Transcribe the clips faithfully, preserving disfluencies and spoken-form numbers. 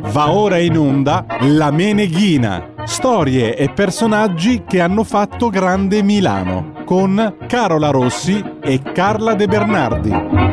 Va ora in onda La Meneghina, storie e personaggi che hanno fatto grande Milano, con Carola Rossi e Carla De Bernardi.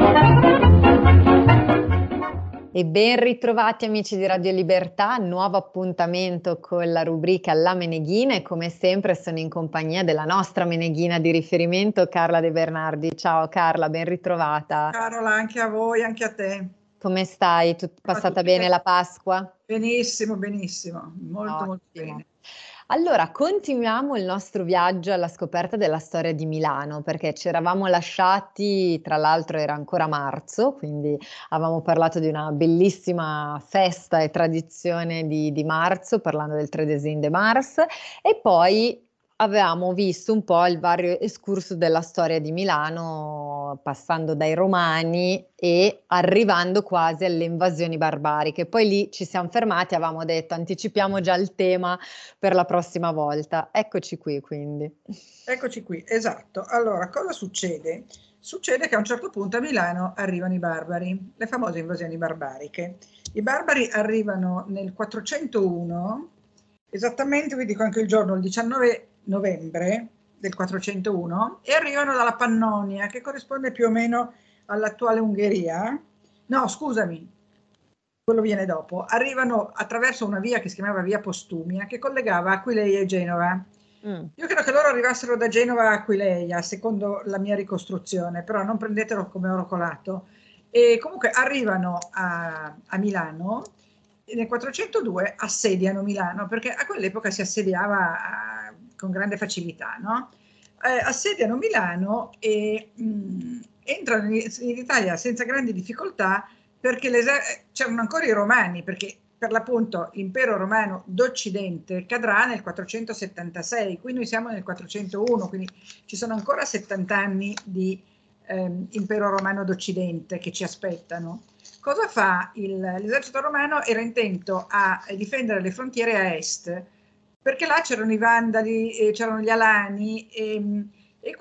E ben ritrovati amici di Radio Libertà, nuovo appuntamento con la rubrica La Meneghina e come sempre sono in compagnia della nostra meneghina di riferimento, Carla De Bernardi. Ciao Carla, ben ritrovata. Carola, anche a voi, anche a te. Come stai? Tut- passata bene bene. la Pasqua? Benissimo, benissimo, molto Ottimo. molto bene. Allora, continuiamo il nostro viaggio alla scoperta della storia di Milano, perché ci eravamo lasciati, tra l'altro era ancora marzo, quindi avevamo parlato di una bellissima festa e tradizione di, di marzo, parlando del tredicesimo de Mars, e poi avevamo visto un po' il vario escurso della storia di Milano, passando dai Romani e arrivando quasi alle invasioni barbariche. Poi lì ci siamo fermati, avevamo detto anticipiamo già il tema per la prossima volta. Eccoci qui quindi. Eccoci qui, esatto. Allora, cosa succede? Succede che a un certo punto a Milano arrivano i barbari, le famose invasioni barbariche. I barbari arrivano nel quattrocentouno, esattamente, vi dico anche il giorno, il diciannove novembre del quattrocentouno, e arrivano dalla Pannonia, che corrisponde più o meno all'attuale Ungheria. No, scusami, quello viene dopo. Arrivano attraverso una via che si chiamava Via Postumia, che collegava Aquileia e Genova. Mm. Io credo che loro arrivassero da Genova a Aquileia, secondo la mia ricostruzione, però non prendetelo come oro colato. E comunque arrivano a, a Milano e nel quattrocentodue assediano Milano, perché a quell'epoca si assediava a, con grande facilità, no? Eh, assediano Milano e mh, entrano in, in Italia senza grandi difficoltà, perché c'erano ancora i romani, perché per l'appunto l'impero romano d'Occidente cadrà nel quattrocentosettantasei, qui noi siamo nel quattrocentouno, quindi ci sono ancora settanta anni di ehm, impero romano d'Occidente che ci aspettano. Cosa fa il, l'esercito romano? Era intento a difendere le frontiere a est, perché là c'erano i Vandali, eh, c'erano gli Alani e, e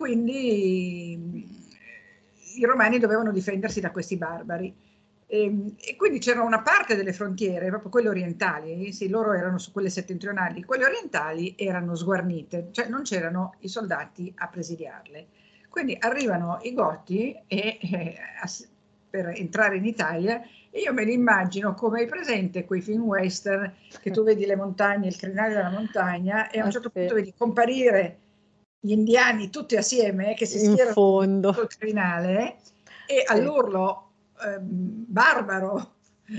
quindi i romani dovevano difendersi da questi barbari. E, e quindi c'era una parte delle frontiere, proprio quelle orientali, sì, loro erano su quelle settentrionali, quelle orientali erano sguarnite, cioè non c'erano i soldati a presidiarle. Quindi arrivano i Goti e, eh, per entrare in Italia, e io me li immagino come hai presente quei film western che tu vedi le montagne, il crinale della montagna, e a un certo punto vedi comparire gli indiani tutti assieme che si schierano fondo sul crinale e all'urlo eh, barbaro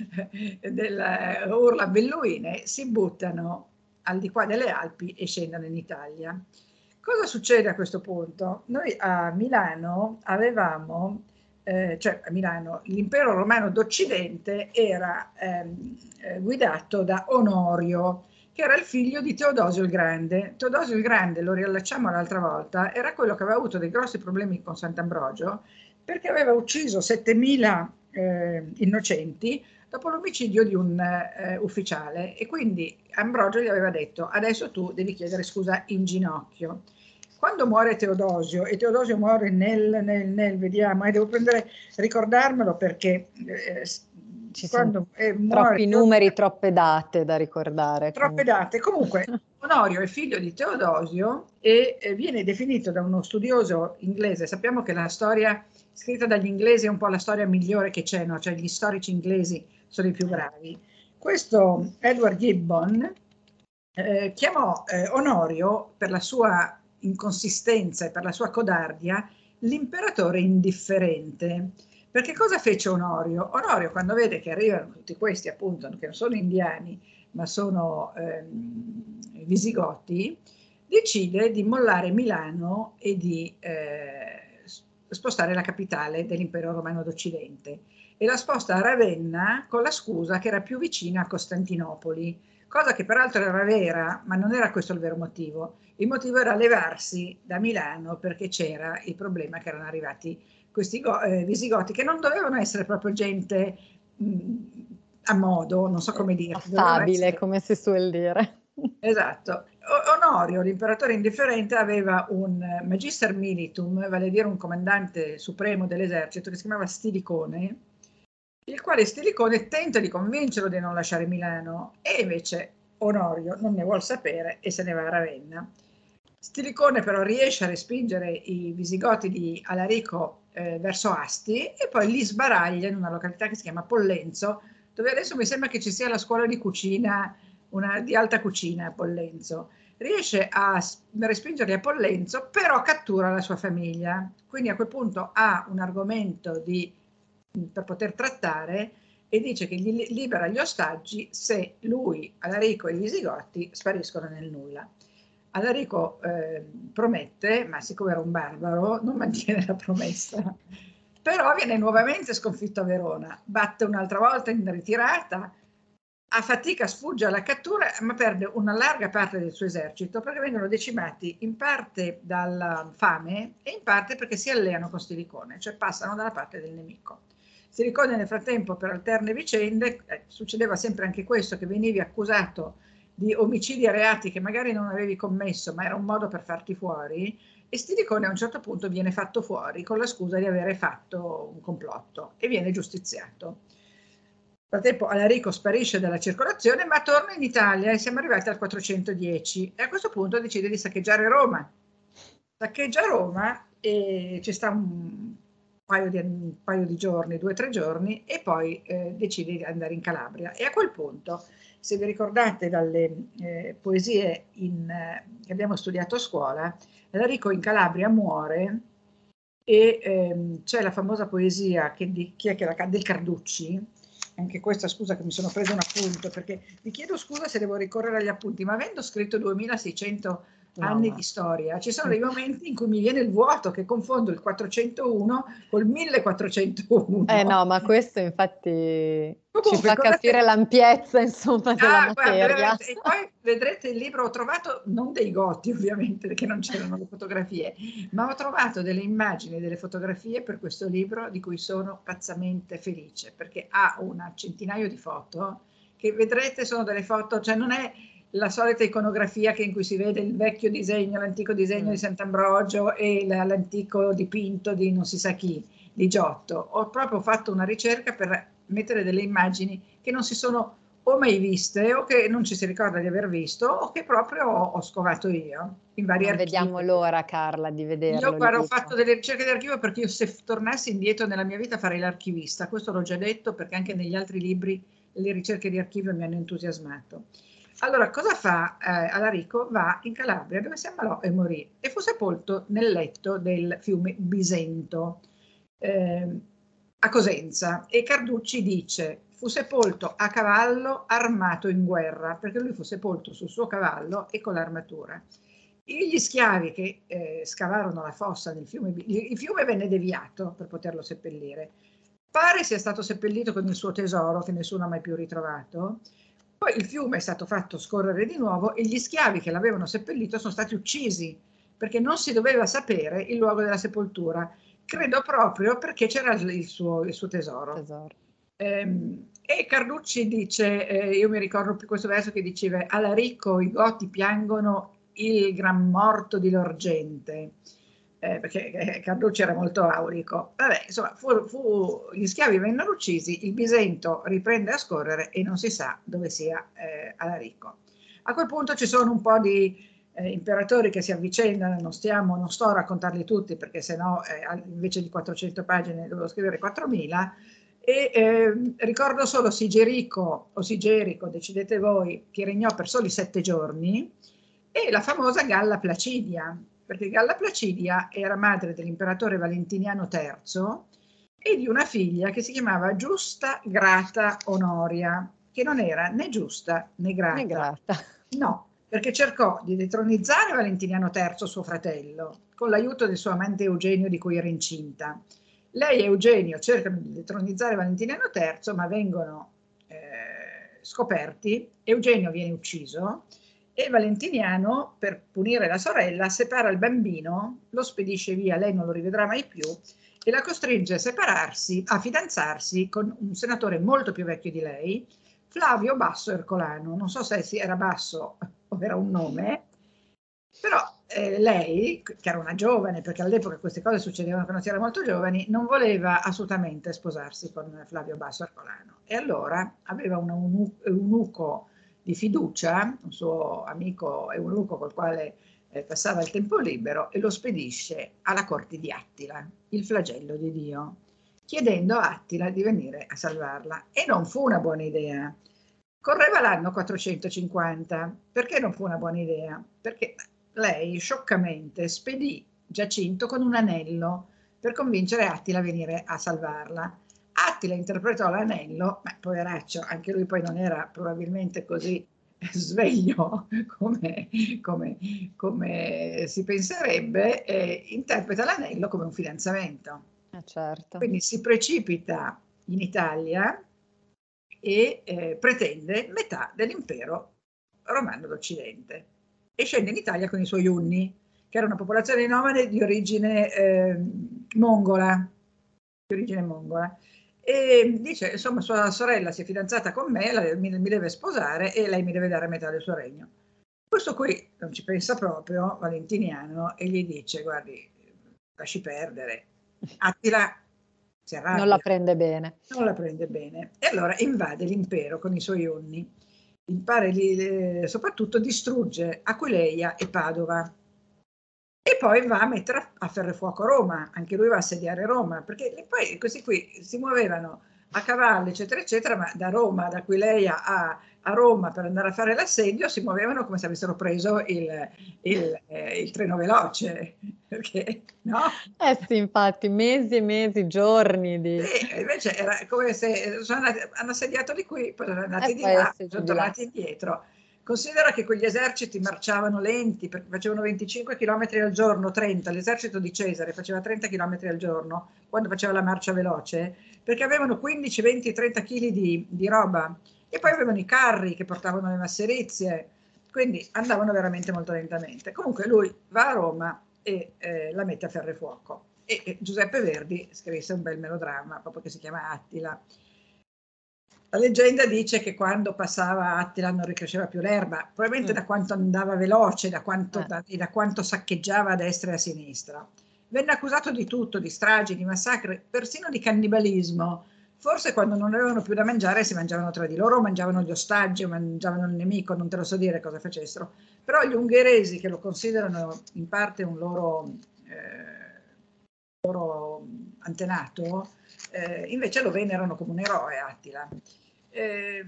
del urla belluine si buttano al di qua delle Alpi e scendono in Italia. Cosa succede a questo punto? Noi a Milano avevamo, eh, cioè a Milano, l'impero romano d'Occidente era ehm, eh, guidato da Onorio, che era il figlio di Teodosio il Grande. Teodosio il Grande, lo riallacciamo l'altra volta, era quello che aveva avuto dei grossi problemi con Sant'Ambrogio, perché aveva ucciso settemila eh, innocenti dopo l'omicidio di un eh, ufficiale, e quindi Ambrogio gli aveva detto adesso tu devi chiedere scusa in ginocchio. Quando muore Teodosio, e Teodosio muore nel, nel, nel vediamo, e eh, devo prendere, ricordarmelo perché eh, ci quando sono eh, muore, troppi numeri, troppe date da ricordare. Troppe comunque. date. Comunque Onorio è figlio di Teodosio e eh, viene definito da uno studioso inglese. Sappiamo che la storia scritta dagli inglesi è un po' la storia migliore che c'è, no? Cioè gli storici inglesi sono i più bravi. Questo Edward Gibbon eh, chiamò eh, Onorio, per la sua inconsistenza e per la sua codardia, l'imperatore indifferente. Perché cosa fece Onorio? Onorio, quando vede che arrivano tutti questi, appunto, che non sono indiani, ma sono ehm, visigoti, decide di mollare Milano e di eh, spostare la capitale dell'impero romano d'Occidente, e la sposta a Ravenna con la scusa che era più vicina a Costantinopoli, cosa che peraltro era vera, ma non era questo il vero motivo. Il motivo era levarsi da Milano, perché c'era il problema che erano arrivati questi eh, visigoti, che non dovevano essere proprio gente mh, a modo, non so come dire. Affabile, essere... come si suol dire. Esatto. Onorio, l'imperatore indifferente, aveva un magister militum, vale a dire un comandante supremo dell'esercito, che si chiamava Stilicone, il quale Stilicone tenta di convincerlo di non lasciare Milano e invece Onorio non ne vuol sapere e se ne va a Ravenna. Stilicone però riesce a respingere i visigoti di Alarico eh, verso Asti e poi li sbaraglia in una località che si chiama Pollenzo, dove adesso mi sembra che ci sia la scuola di cucina, una, di alta cucina a Pollenzo. Riesce a respingerli a Pollenzo, però cattura la sua famiglia. Quindi a quel punto ha un argomento di, per poter trattare e dice che gli libera gli ostaggi se lui, Alarico e i Visigoti spariscono nel nulla. Alarico eh, promette, ma siccome era un barbaro non mantiene la promessa, però viene nuovamente sconfitto a Verona, batte un'altra volta in ritirata, a fatica sfugge alla cattura, ma perde una larga parte del suo esercito perché vengono decimati in parte dalla fame e in parte perché si alleano con Stilicone, cioè passano dalla parte del nemico. Stilicone nel frattempo per alterne vicende, eh, succedeva sempre anche questo, che venivi accusato di omicidi e reati che magari non avevi commesso, ma era un modo per farti fuori, e Stilicone a un certo punto viene fatto fuori con la scusa di avere fatto un complotto e viene giustiziato. Nel frattempo Alarico sparisce dalla circolazione, ma torna in Italia e siamo arrivati al quattrocentodieci e a questo punto decide di saccheggiare Roma. Saccheggia Roma e ci sta un paio di, un paio di giorni, due o tre giorni, e poi eh, decide di andare in Calabria. E a quel punto, se vi ricordate dalle eh, poesie in, eh, che abbiamo studiato a scuola, Alarico in Calabria muore e ehm, c'è la famosa poesia che di, chi è che la, del Carducci. Anche questa, scusa che mi sono preso un appunto, perché vi chiedo scusa se devo ricorrere agli appunti, ma avendo scritto duemilaseicento no, anni no. di storia, ci sono dei momenti in cui mi viene il vuoto, che confondo il quattrocentouno col millequattrocentouno. Eh no, ma questo infatti Comunque, ci fa capire te... l'ampiezza, insomma, ah, della materia. Guarda, e poi vedrete il libro, ho trovato, non dei Goti ovviamente, perché non c'erano le fotografie, ma ho trovato delle immagini, delle fotografie per questo libro di cui sono pazzamente felice, perché ha una centinaio di foto che vedrete sono delle foto, cioè non è la solita iconografia che in cui si vede il vecchio disegno, l'antico disegno mm. di Sant'Ambrogio e l'antico dipinto di non si sa chi, di Giotto. Ho proprio fatto una ricerca per mettere delle immagini che non si sono o mai viste o che non ci si ricorda di aver visto o che proprio ho, ho scovato io in vari non archivi. Vediamo l'ora, Carla, di vederlo. Io guarda, ho fatto delle ricerche di archivio perché io se tornassi indietro nella mia vita farei l'archivista, questo l'ho già detto perché anche negli altri libri le ricerche di archivio mi hanno entusiasmato. Allora, cosa fa eh, Alarico? Va in Calabria dove si ammalò e morì e fu sepolto nel letto del fiume Bisento eh, a Cosenza, e Carducci dice fu sepolto a cavallo armato in guerra, perché lui fu sepolto sul suo cavallo e con l'armatura. Gli schiavi che eh, scavarono la fossa nel fiume, il fiume venne deviato per poterlo seppellire. Pare sia stato seppellito con il suo tesoro che nessuno ha mai più ritrovato. Poi il fiume è stato fatto scorrere di nuovo e gli schiavi che l'avevano seppellito sono stati uccisi perché non si doveva sapere il luogo della sepoltura. Credo proprio perché c'era il suo, il suo tesoro. tesoro. Ehm, e Carducci dice, eh, io mi ricordo più questo verso che diceva: Alarico i Goti piangono il gran morto di Lorgente, eh, perché eh, Carducci era molto aulico. Vabbè, insomma, fu, fu, gli schiavi vennero uccisi, il Bisento riprende a scorrere e non si sa dove sia eh, Alarico. A quel punto ci sono un po' di eh, imperatori che si avvicendano, non, stiamo, non sto a raccontarli tutti perché sennò eh, invece di quattrocento pagine dovevo scrivere quattromila. E eh, ricordo solo Sigerico o Sigerico, decidete voi, che regnò per soli sette giorni, e la famosa Galla Placidia, perché Galla Placidia era madre dell'imperatore Valentiniano terzo e di una figlia che si chiamava Giusta Grata Onoria, che non era né giusta né grata. Né grata. No, perché cercò di detronizzare Valentiniano terzo, suo fratello, con l'aiuto del suo amante Eugenio di cui era incinta. Lei e Eugenio cercano di detronizzare Valentiniano terzo, ma vengono eh, scoperti. Eugenio viene ucciso e Valentiniano, per punire la sorella, separa il bambino, lo spedisce via, lei non lo rivedrà mai più, e la costringe a separarsi, a fidanzarsi con un senatore molto più vecchio di lei, Flavio Basso Ercolano. Non so se era Basso o era un nome, però eh, lei, che era una giovane, perché all'epoca queste cose succedevano quando si era molto giovani, non voleva assolutamente sposarsi con Flavio Basso Ercolano e allora aveva un eunuco di fiducia, un suo amico eunuco col quale eh, passava il tempo libero, e lo spedisce alla corte di Attila, il flagello di Dio, chiedendo a Attila di venire a salvarla. E non fu una buona idea. Correva l'anno quattrocentocinquanta. Perché non fu una buona idea? Perché lei scioccamente spedì Giacinto con un anello per convincere Attila a venire a salvarla. Attila interpretò l'anello, ma poveraccio, anche lui poi non era probabilmente così sveglio come, come, come si penserebbe, e interpreta l'anello come un fidanzamento. Eh certo. Quindi si precipita in Italia e eh, pretende metà dell'impero romano d'Occidente e scende in Italia con i suoi unni, che era una popolazione nomade di origine eh, mongola, di origine mongola. E dice, insomma, sua sorella si è fidanzata con me, la, mi, mi deve sposare e lei mi deve dare metà del suo regno. Questo qui non ci pensa proprio, Valentiniano, e gli dice, guardi, lasci perdere. Attila si arrabbia. Non la prende bene. Non la prende bene. E allora invade l'impero con i suoi unni. Impara lì, soprattutto distrugge Aquileia e Padova. E poi va a mettere a ferro e fuoco Roma, anche lui va a assediare Roma, perché poi questi qui si muovevano a cavallo, eccetera, eccetera, ma da Roma, da Aquileia a, a Roma per andare a fare l'assedio si muovevano come se avessero preso il, il, eh, il treno veloce, perché no? Eh sì, infatti, mesi e mesi, giorni di... Sì, invece era come se sono andati, hanno assediato di qui, poi sono andati E di poi là, assedi sono di là. tornati indietro. Considera che quegli eserciti marciavano lenti, perché facevano venticinque chilometri al giorno, trenta, l'esercito di Cesare faceva trenta chilometri al giorno quando faceva la marcia veloce, perché avevano quindici, venti, trenta chili di, di roba, e poi avevano i carri che portavano le masserizie, quindi andavano veramente molto lentamente. Comunque lui va a Roma e eh, la mette a ferro e fuoco. E, e Giuseppe Verdi scrisse un bel melodramma proprio che si chiama Attila. La leggenda dice che quando passava Attila non ricresceva più l'erba, probabilmente mm. da quanto andava veloce, da quanto, eh. da, e da quanto saccheggiava a destra e a sinistra. Venne accusato di tutto, di stragi, di massacri, persino di cannibalismo. Forse quando non avevano più da mangiare si mangiavano tra di loro, mangiavano gli ostaggi, mangiavano il nemico, non te lo so dire cosa facessero. Però gli ungheresi, che lo considerano in parte un loro, eh, loro antenato, eh, invece lo venerano come un eroe, Attila. Eh,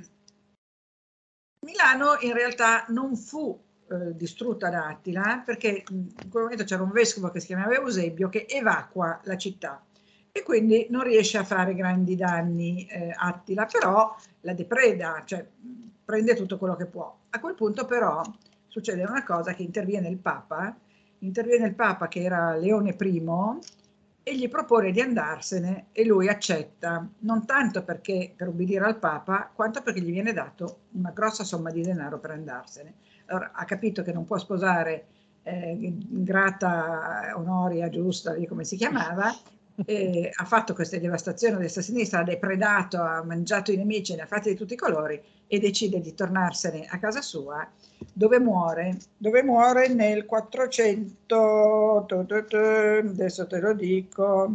Milano in realtà non fu eh, distrutta da Attila, perché in quel momento c'era un vescovo che si chiamava Eusebio che evacua la città e quindi non riesce a fare grandi danni eh, Attila, però la depreda, cioè prende tutto quello che può. A quel punto però succede una cosa, che interviene il Papa, interviene il Papa che era Leone primo, e gli propone di andarsene e lui accetta, non tanto perché per ubbidire al Papa, quanto perché gli viene dato una grossa somma di denaro per andarsene. Allora ha capito che non può sposare eh, Grata Onoria Giusta, lì come si chiamava, e ha fatto queste devastazioni a destra e a sinistra, ha depredato, ha mangiato i nemici, ne ha fatti di tutti i colori e decide di tornarsene a casa sua, dove muore, dove muore nel quattrocento, adesso te lo dico,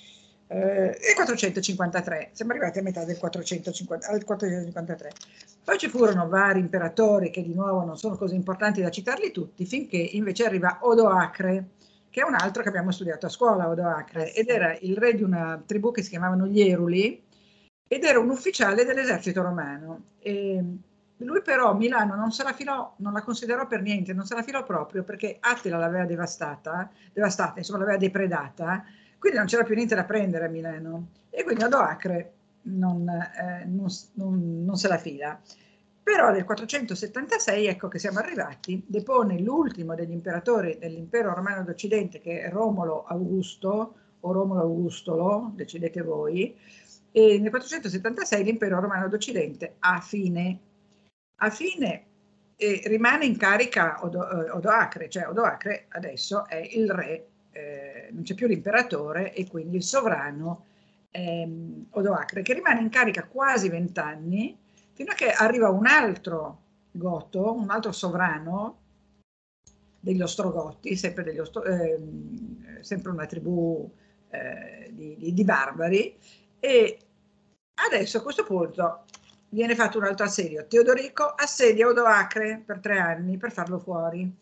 eh, il quattrocentocinquantatré, siamo arrivati a metà del quattrocentocinquanta, al quattrocentocinquantatré. Poi ci furono vari imperatori che di nuovo non sono così importanti da citarli tutti, finché invece arriva Odoacre, che è un altro che abbiamo studiato a scuola, Odoacre, ed era il re di una tribù che si chiamavano gli Eruli, ed era un ufficiale dell'esercito romano. E lui però Milano non se la filò, non la considerò per niente, non se la filò proprio, perché Attila l'aveva devastata, devastata, insomma l'aveva depredata, quindi non c'era più niente da prendere a Milano. E quindi Odoacre non, eh, non, non, non se la fila. Però nel quattrocentosettantasei, ecco che siamo arrivati, depone l'ultimo degli imperatori dell'impero romano d'Occidente, che è Romolo Augusto, o Romolo Augustolo, decidete voi, e nel quattrocentosettantasei l'impero romano d'Occidente ha fine. Ha fine e rimane in carica Odo, Odoacre, cioè Odoacre adesso è il re, eh, non c'è più l'imperatore e quindi il sovrano ehm, Odoacre, che rimane in carica quasi vent'anni, fino a che arriva un altro Goto, un altro sovrano, degli Ostrogotti, sempre, degli Ostro, eh, sempre una tribù eh, di, di, di barbari, e adesso a questo punto viene fatto un altro assedio. Teodorico assedia Odoacre per tre anni per farlo fuori.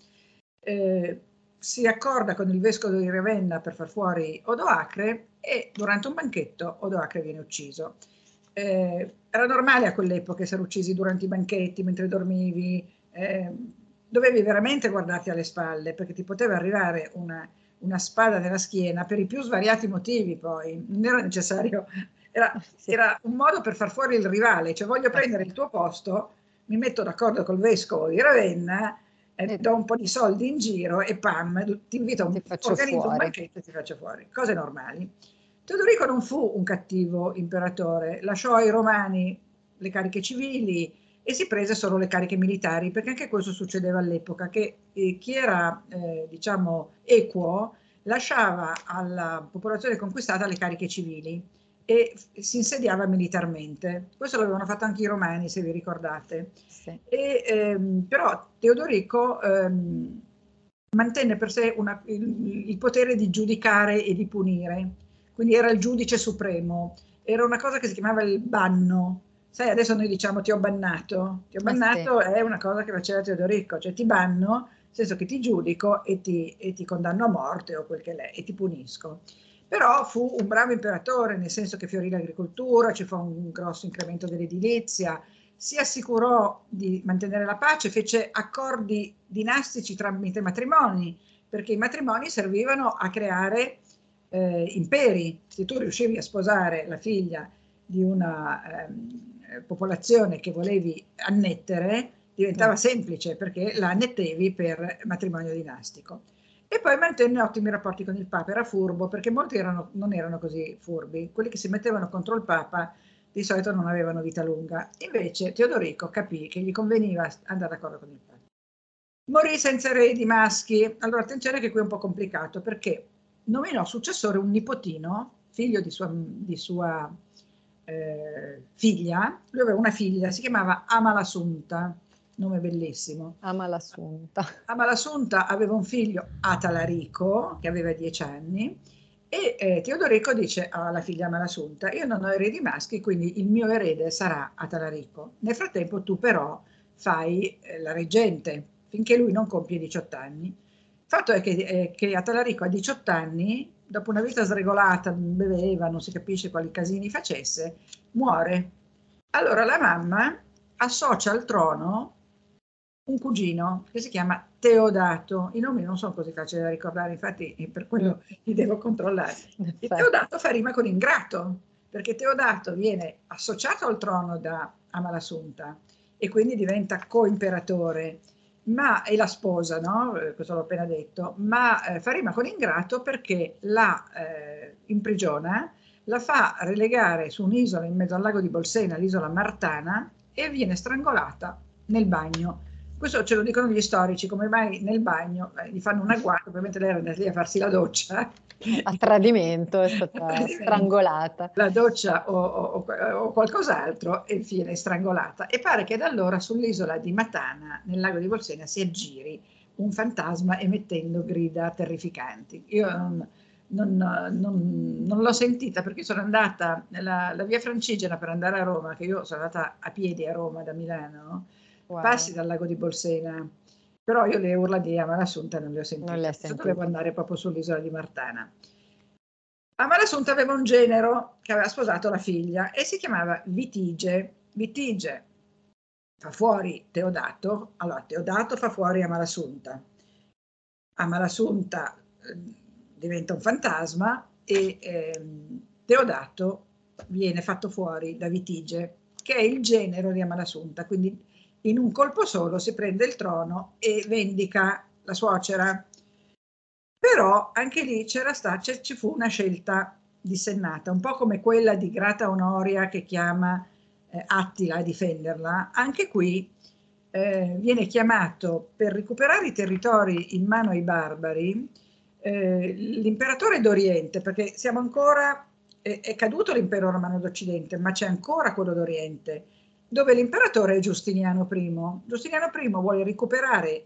Eh, si accorda con il vescovo di Ravenna per far fuori Odoacre e durante un banchetto Odoacre viene ucciso. Eh, era normale a quell'epoca essere uccisi durante i banchetti, mentre dormivi, eh, dovevi veramente guardarti alle spalle perché ti poteva arrivare una, una spada nella schiena per i più svariati motivi. Poi non era necessario, era, Sì. era un modo per far fuori il rivale, cioè voglio prendere il tuo posto, mi metto d'accordo col vescovo di Ravenna, eh, do un po' di soldi in giro e pam, ti invito, Ti un, faccio organizzo un fuori. banchetto e ti faccio fuori, cose normali. Teodorico non fu un cattivo imperatore, lasciò ai romani le cariche civili e si prese solo le cariche militari, perché anche questo succedeva all'epoca, che eh, chi era eh, diciamo equo lasciava alla popolazione conquistata le cariche civili e si insediava militarmente. Questo l'avevano fatto anche i romani, se vi ricordate. Sì. E, ehm, però Teodorico ehm, mantenne per sé una, il, il potere di giudicare e di punire, quindi era il giudice supremo, era una cosa che si chiamava il banno. Sai, adesso noi diciamo ti ho bannato, ti ho bannato, Eh sì. è una cosa che faceva Teodorico, cioè ti banno, nel senso che ti giudico e ti, e ti condanno a morte o quel che è, e ti punisco. Però fu un bravo imperatore, nel senso che fiorì l'agricoltura, ci fu un grosso incremento dell'edilizia, si assicurò di mantenere la pace, fece accordi dinastici tramite matrimoni, perché i matrimoni servivano a creare eh, imperi. Se tu riuscivi a sposare la figlia di una eh, popolazione che volevi annettere, diventava Mm. semplice perché la annettevi per matrimonio dinastico. E poi mantenne ottimi rapporti con il Papa, era furbo perché molti erano, non erano così furbi, quelli che si mettevano contro il Papa di solito non avevano vita lunga. Invece Teodorico capì che gli conveniva andare d'accordo con il Papa. Morì senza eredi maschi. Allora attenzione che qui è un po' complicato perché nominò successore un nipotino, figlio di sua, di sua eh, figlia. Lui aveva una figlia, si chiamava Amalasunta, nome bellissimo. Amalasunta. Amalasunta aveva un figlio, Atalarico, che aveva dieci anni, e eh, Teodorico dice alla figlia Amalasunta: io non ho eredi maschi, quindi il mio erede sarà Atalarico. Nel frattempo tu però fai eh, la reggente, finché lui non compie diciotto anni. Il fatto è che, eh, che Atalarico a diciotto anni, dopo una vita sregolata, non beveva, non si capisce quali casini facesse, muore. Allora la mamma associa al trono un cugino che si chiama Teodato. I nomi non sono così facili da ricordare, infatti per quello li devo controllare. E Teodato fa rima con ingrato, perché Teodato viene associato al trono da Amalasunta e quindi diventa coimperatore, ma e la sposa, no? Questo l'ho appena detto, ma eh, fa rima con ingrato perché la eh, imprigiona, la fa relegare su un'isola in mezzo al lago di Bolsena, l'isola Martana, e viene strangolata nel bagno. Questo ce lo dicono gli storici, come mai nel bagno eh, gli fanno un agguato, ovviamente lei era andata lì a farsi la doccia. A tradimento è stata tradimento, strangolata. La doccia o, o, o qualcos'altro e viene strangolata. E pare che da allora sull'isola di Matana, nel lago di Bolsena, si aggiri un fantasma emettendo grida terrificanti. Io non, non, non, non l'ho sentita perché sono andata nella la via Francigena per andare a Roma, che io sono andata a piedi a Roma da Milano, Wow. passi dal lago di Bolsena, però io le urla di Amalasunta non le ho sentite, Non le adesso dovevo sentite. andare proprio sull'isola di Martana. Amalasunta aveva un genero che aveva sposato la figlia e si chiamava Vitige. Vitige fa fuori Teodato, allora Teodato fa fuori Amalasunta. Amalasunta eh, diventa un fantasma e eh, Teodato viene fatto fuori da Vitige, che è il genero di Amalasunta, quindi in un colpo solo si prende il trono e vendica la suocera. Però anche lì c'era sta, ci fu una scelta dissennata, un po' come quella di Grata Honoria che chiama eh, Attila a difenderla. Anche qui eh, viene chiamato per recuperare i territori in mano ai barbari eh, l'imperatore d'Oriente, perché siamo ancora, eh, è caduto l'impero romano d'Occidente, ma c'è ancora quello d'Oriente, dove l'imperatore è Giustiniano I. Giustiniano I vuole recuperare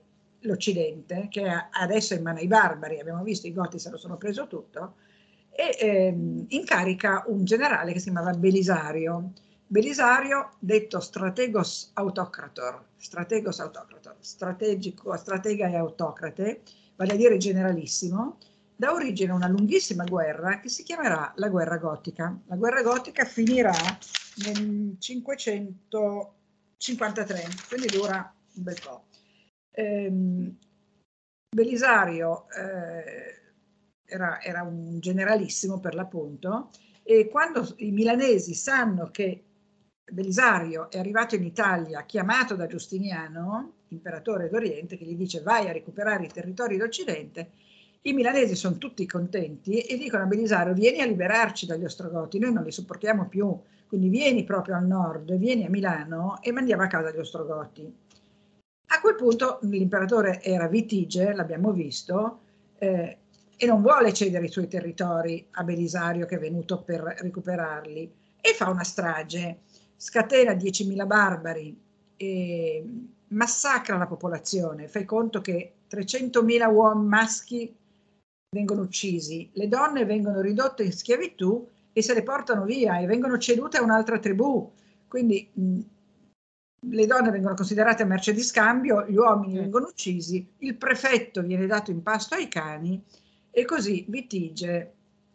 l'Occidente, che adesso è in mano ai barbari, abbiamo visto i Goti se lo sono preso tutto, e ehm, incarica un generale che si chiamava Belisario. Belisario, detto strategos autocrator, strategos autocrator, strategico, stratega e autocrate, vale a dire generalissimo, dà origine a una lunghissima guerra che si chiamerà la guerra gotica. La guerra gotica finirà nel cinquecentocinquantatré, quindi dura un bel po'. Ehm, Belisario eh, era, era un generalissimo per l'appunto, e quando i milanesi sanno che Belisario è arrivato in Italia chiamato da Giustiniano, imperatore d'Oriente, che gli dice vai a recuperare i territori d'Occidente, i milanesi sono tutti contenti e dicono a Belisario vieni a liberarci dagli Ostrogoti, noi non li sopportiamo più, quindi vieni proprio al nord, vieni a Milano e mandiamo a casa gli Ostrogoti. A quel punto l'imperatore era Vitige, l'abbiamo visto, eh, e non vuole cedere i suoi territori a Belisario che è venuto per recuperarli, e fa una strage, scatena diecimila barbari e massacra la popolazione. Fai conto che trecentomila uomini maschi vengono uccisi, le donne vengono ridotte in schiavitù e se le portano via e vengono cedute a un'altra tribù. Quindi mh, le donne vengono considerate merce di scambio, gli uomini mm. vengono uccisi, il prefetto viene dato in pasto ai cani e così Vitige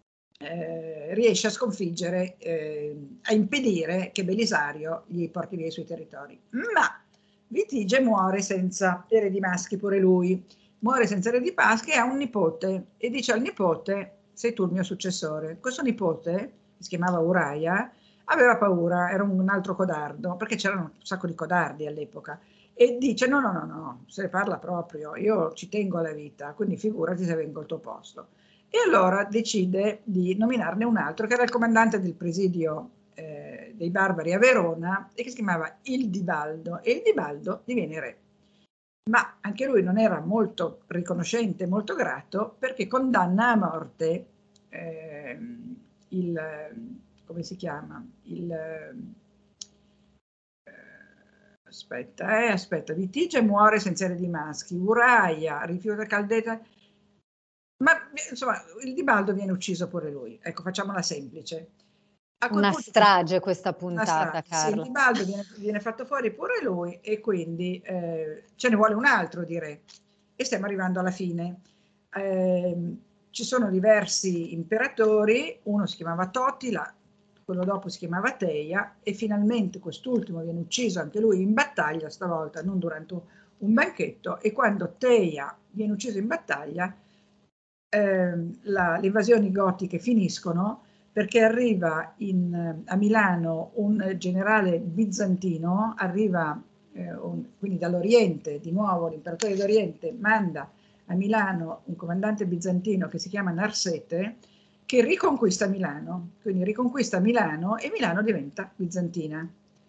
eh, riesce a sconfiggere, eh, a impedire che Belisario gli porti via i suoi territori. Ma Vitige muore senza eredi maschi pure lui, muore senza eredi maschi e ha un nipote e dice al nipote sei tu il mio successore. Questo nipote, che si chiamava Uraia, aveva paura, era un altro codardo, perché c'erano un sacco di codardi all'epoca, e dice no, no, no, no, se ne parla proprio, io ci tengo alla vita, quindi figurati se vengo al tuo posto. E allora decide di nominarne un altro, che era il comandante del presidio eh, dei barbari a Verona, e che si chiamava Ildibaldo, e Ildibaldo diviene re. Ma anche lui non era molto riconoscente, molto grato, perché condanna a morte eh, il... come si chiama? Il, eh, aspetta, eh, aspetta, Vitige muore senza eredi maschi, Uraia rifiuta Caldeta, ma insomma il Dibaldo viene ucciso pure lui. Ecco, facciamola semplice. A una punto, strage questa puntata, strage, Carla. Sì, il Dibaldo viene, viene fatto fuori pure lui e quindi eh, ce ne vuole un altro di re. E stiamo arrivando alla fine. Eh, ci sono diversi imperatori, uno si chiamava Totila, quello dopo si chiamava Teia e finalmente quest'ultimo viene ucciso anche lui in battaglia, stavolta non durante un banchetto, e quando Teia viene ucciso in battaglia eh, la, le invasioni gotiche finiscono perché arriva in, a Milano un generale bizantino, arriva eh, un, quindi dall'Oriente, di nuovo l'imperatore d'Oriente manda a Milano un comandante bizantino che si chiama Narsete, che riconquista Milano, quindi riconquista Milano e Milano diventa bizantina.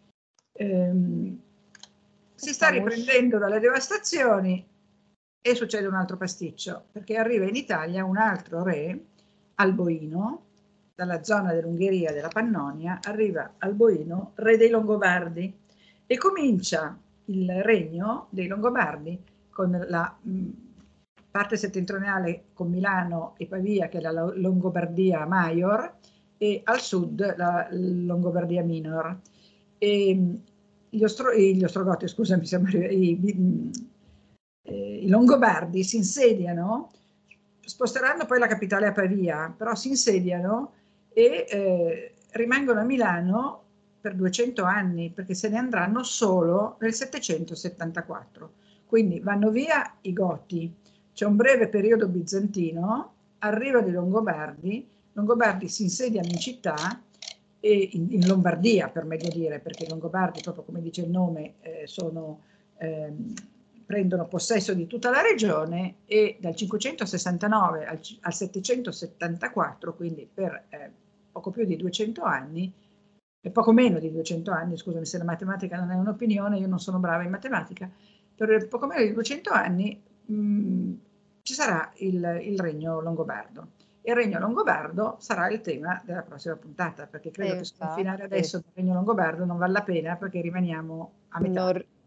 Ehm, si sta riprendendo dalle devastazioni e succede un altro pasticcio, perché arriva in Italia un altro re, Alboino, dalla zona dell'Ungheria, della Pannonia, arriva Alboino, re dei Longobardi, e comincia il regno dei Longobardi con la mh, parte settentrionale con Milano e Pavia, che è la Longobardia Maior, e al sud la Longobardia Minor. E gli, Ostro, gli Ostrogoti, scusami, siamo i, eh, i Longobardi si insediano, sposteranno poi la capitale a Pavia, però si insediano e eh, rimangono a Milano per duecento anni, perché se ne andranno solo nel settecentosettantaquattro. Quindi vanno via i Goti, c'è un breve periodo bizantino, arrivano i Longobardi, i Longobardi si insediano in città, e in, in Lombardia per meglio dire, perché i Longobardi, proprio come dice il nome, eh, sono, ehm, prendono possesso di tutta la regione, e dal cinquecentosessantanove al, al settecentosettantaquattro, quindi per eh, poco più di duecento anni, e poco meno di duecento anni, scusami se la matematica non è un'opinione, io non sono brava in matematica, per poco meno di duecento anni mh, ci sarà il, il regno longobardo. Il regno longobardo sarà il tema della prossima puntata, perché credo eh, che sconfinare adesso il regno longobardo non vale la pena, perché rimaniamo a metà. Non,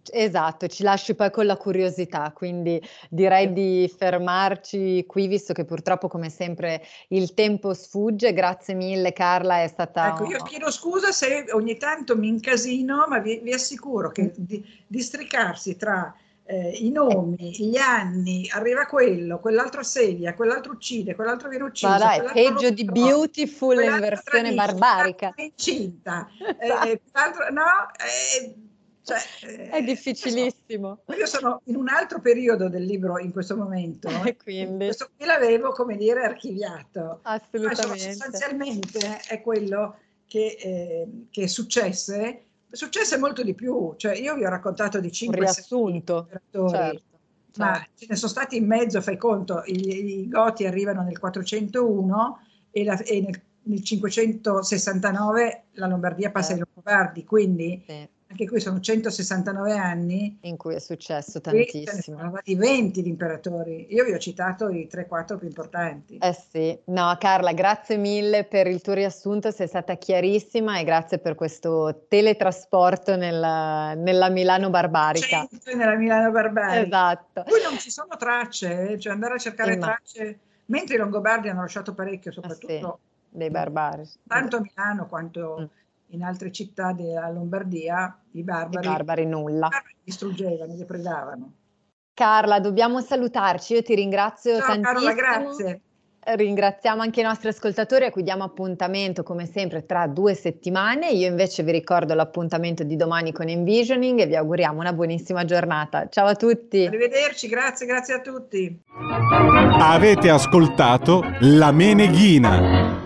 Esatto, ci lasci poi con la curiosità, quindi direi di fermarci qui, visto che purtroppo come sempre il tempo sfugge. Grazie mille Carla, è stata Ecco, io chiedo scusa se ogni tanto mi incasino, ma vi, vi assicuro che di, districarsi tra eh, i nomi, gli anni, arriva quello, quell'altro assedia, quell'altro uccide, quell'altro viene ucciso, Ma dai, quell'altro peggio lo di trova, Beautiful in quell'altro versione tradisce, barbarica. quell'altro è incinta, Esatto. eh, quell'altro no, eh, cioè, eh, È difficilissimo. Io, so, io sono in un altro periodo del libro in questo momento, E quindi questo qui l'avevo, come dire, archiviato. assolutamente. Ma sostanzialmente è quello che, eh, che successe, successe molto di più, cioè io vi ho raccontato di cinque riassunto, imperatori, certo, ma certo. ce ne sono stati in mezzo, fai conto, i, i Goti arrivano nel quattrocentouno e, la, e nel, nel cinquecentosessantanove la Lombardia passa ai Certo. Longobardi, quindi Sì. anche qui sono centosessantanove anni in cui è successo qui tantissimo. ce ne sono stati venti di imperatori. Io vi ho citato i tre quattro più importanti. Eh sì, no Carla, grazie mille per il tuo riassunto, sei stata chiarissima e grazie per questo teletrasporto nella, nella Milano barbarica. Nella Milano barbarica. Esatto. Qui non ci sono tracce, cioè andare a cercare Imma- tracce, mentre i Longobardi hanno lasciato parecchio, soprattutto sì, dei barbari. tanto a Milano quanto Mm. in altre città della Lombardia, i barbari, I barbari nulla. i barbari distruggevano, depredavano. Carla, dobbiamo salutarci, io ti ringrazio Ciao tantissimo. Carola, grazie. Ringraziamo anche i nostri ascoltatori a cui diamo appuntamento come sempre tra due settimane. Io invece vi ricordo l'appuntamento di domani con Envisioning e vi auguriamo una buonissima giornata. Ciao a tutti. Arrivederci, grazie, grazie a tutti. Avete ascoltato La Meneghina.